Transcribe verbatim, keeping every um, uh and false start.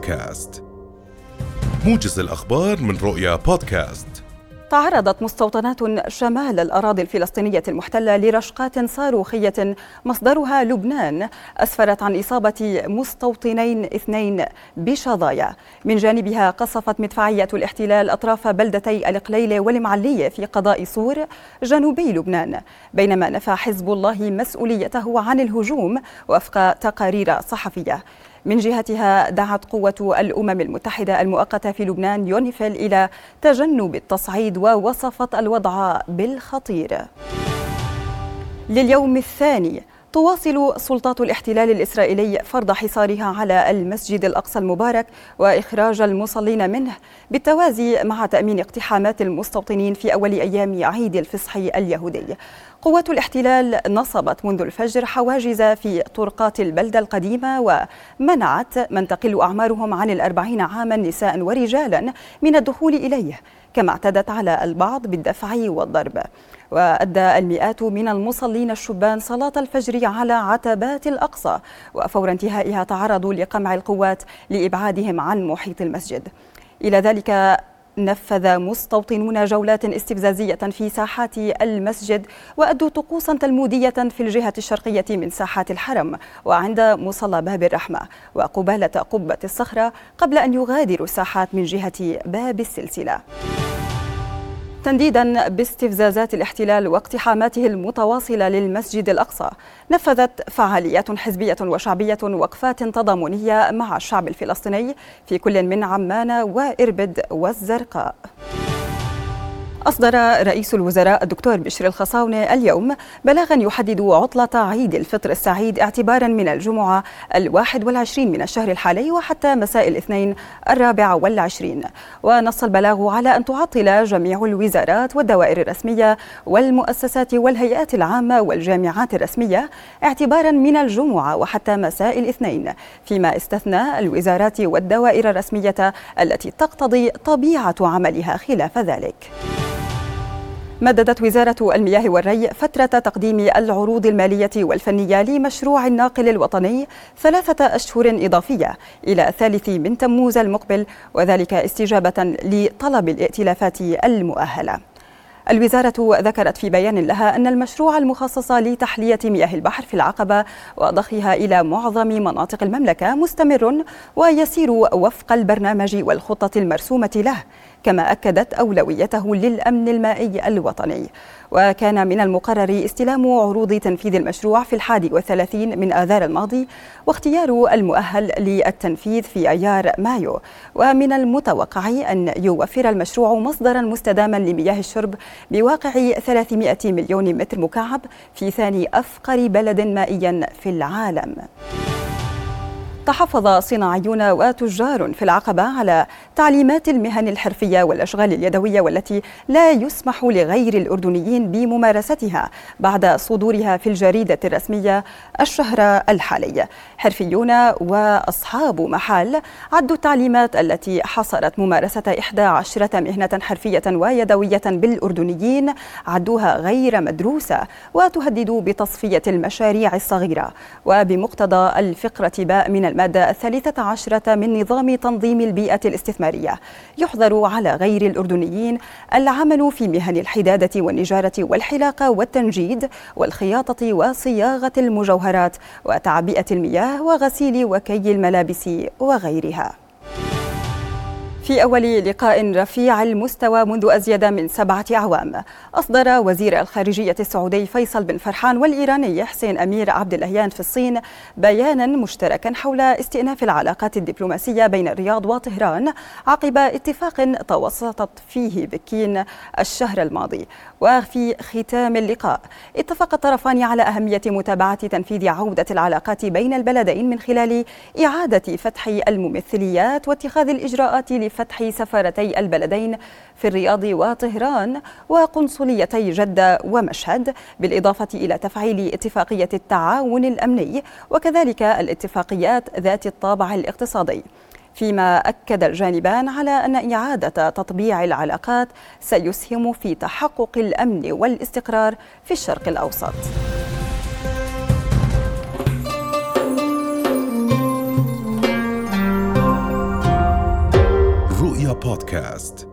بودكاست. موجز الأخبار من رؤيا بودكاست. تعرضت مستوطنات شمال الأراضي الفلسطينية المحتلة لرشقات صاروخية مصدرها لبنان أسفرت عن إصابة مستوطنين اثنين بشظايا. من جانبها قصفت مدفعية الاحتلال أطراف بلدتي القليلة والمعلية في قضاء صور جنوبي لبنان، بينما نفى حزب الله مسؤوليته عن الهجوم وفق تقارير صحفية. من جهتها دعت قوة الأمم المتحدة المؤقتة في لبنان يونيفيل إلى تجنب التصعيد ووصفت الوضع بالخطير. لليوم الثاني تواصل سلطات الاحتلال الإسرائيلي فرض حصارها على المسجد الأقصى المبارك وإخراج المصلين منه بالتوازي مع تأمين اقتحامات المستوطنين في أول أيام عيد الفصح اليهودي. قوات الاحتلال نصبت منذ الفجر حواجز في طرقات البلدة القديمة ومنعت من تقل أعمارهم عن الأربعين عاما نساء ورجالا من الدخول إليه، كما اعتدت على البعض بالدفع والضرب. وأدى المئات من المصلين الشبان صلاة الفجر على عتبات الأقصى، وفور انتهائها تعرضوا لقمع القوات لإبعادهم عن محيط المسجد. إلى ذلك نفذ مستوطنون جولات استفزازية في ساحات المسجد وأدوا طقوسا تلمودية في الجهة الشرقية من ساحات الحرم وعند مصلى باب الرحمة وقبالة قبة الصخرة، قبل أن يغادروا الساحات من جهة باب السلسلة. تنديدا باستفزازات الاحتلال واقتحاماته المتواصلة للمسجد الأقصى، نفذت فعاليات حزبية وشعبية وقفات تضامنية مع الشعب الفلسطيني في كل من عمان وإربد والزرقاء. أصدر رئيس الوزراء الدكتور بشر الخصاونة اليوم بلاغا يحدد عطلة عيد الفطر السعيد اعتبارا من الجمعة الواحد والعشرين من الشهر الحالي وحتى مساء الاثنين الرابع والعشرين. ونص البلاغ على أن تعطل جميع الوزارات والدوائر الرسمية والمؤسسات والهيئات العامة والجامعات الرسمية اعتبارا من الجمعة وحتى مساء الاثنين، فيما استثنى الوزارات والدوائر الرسمية التي تقتضي طبيعة عملها خلاف ذلك. مددت وزارة المياه والري فترة تقديم العروض المالية والفنية لمشروع الناقل الوطني ثلاثة أشهر إضافية إلى الثالث من تموز المقبل، وذلك استجابة لطلب الائتلافات المؤهلة. الوزارة ذكرت في بيان لها أن المشروع المخصص لتحلية مياه البحر في العقبة وضخها إلى معظم مناطق المملكة مستمر ويسير وفق البرنامج والخطة المرسومة له، كما أكدت أولويته للأمن المائي الوطني. وكان من المقرر استلام عروض تنفيذ المشروع في الحادي والثلاثين من آذار الماضي واختيار المؤهل للتنفيذ في أيار مايو. ومن المتوقع أن يوفر المشروع مصدرا مستداما لمياه الشرب بواقع ثلاثمائة مليون متر مكعب في ثاني أفقر بلد مائيا في العالم. تحفظ صناعيون وتجار في العقبة على تعليمات المهن الحرفية والأشغال اليدوية والتي لا يسمح لغير الأردنيين بممارستها بعد صدورها في الجريدة الرسمية الشهر الحالي. حرفيون وأصحاب محال عدوا التعليمات التي حصرت ممارسة إحدى عشرة مهنة حرفية ويدوية بالأردنيين عدوها غير مدروسة وتهدد بتصفية المشاريع الصغيرة. وبمقتضى الفقرة باء من المادة الثالثة عشرة من نظام تنظيم البيئة الاستثمارية، يحظر على غير الأردنيين العمل في مهن الحدادة والنجارة والحلاقة والتنجيد والخياطة وصياغة المجوهرات وتعبئة المياه وغسيل وكي الملابس وغيرها. في أول لقاء رفيع المستوى منذ أزيد من سبعة أعوام، أصدر وزير الخارجية السعودي فيصل بن فرحان والإيراني حسين أمير عبد اللهيان في الصين بيانا مشتركا حول استئناف العلاقات الدبلوماسية بين الرياض وطهران عقب اتفاق توسطت فيه بكين الشهر الماضي. وفي ختام اللقاء اتفق الطرفان على أهمية متابعة تنفيذ عودة العلاقات بين البلدين من خلال إعادة فتح الممثليات واتخاذ الإجراءات فتح سفارتي البلدين في الرياض وطهران وقنصليتي جدة ومشهد، بالإضافة إلى تفعيل اتفاقية التعاون الأمني وكذلك الاتفاقيات ذات الطابع الاقتصادي. فيما أكد الجانبان على أن إعادة تطبيع العلاقات سيسهم في تحقق الأمن والاستقرار في الشرق الأوسط. بودكاست.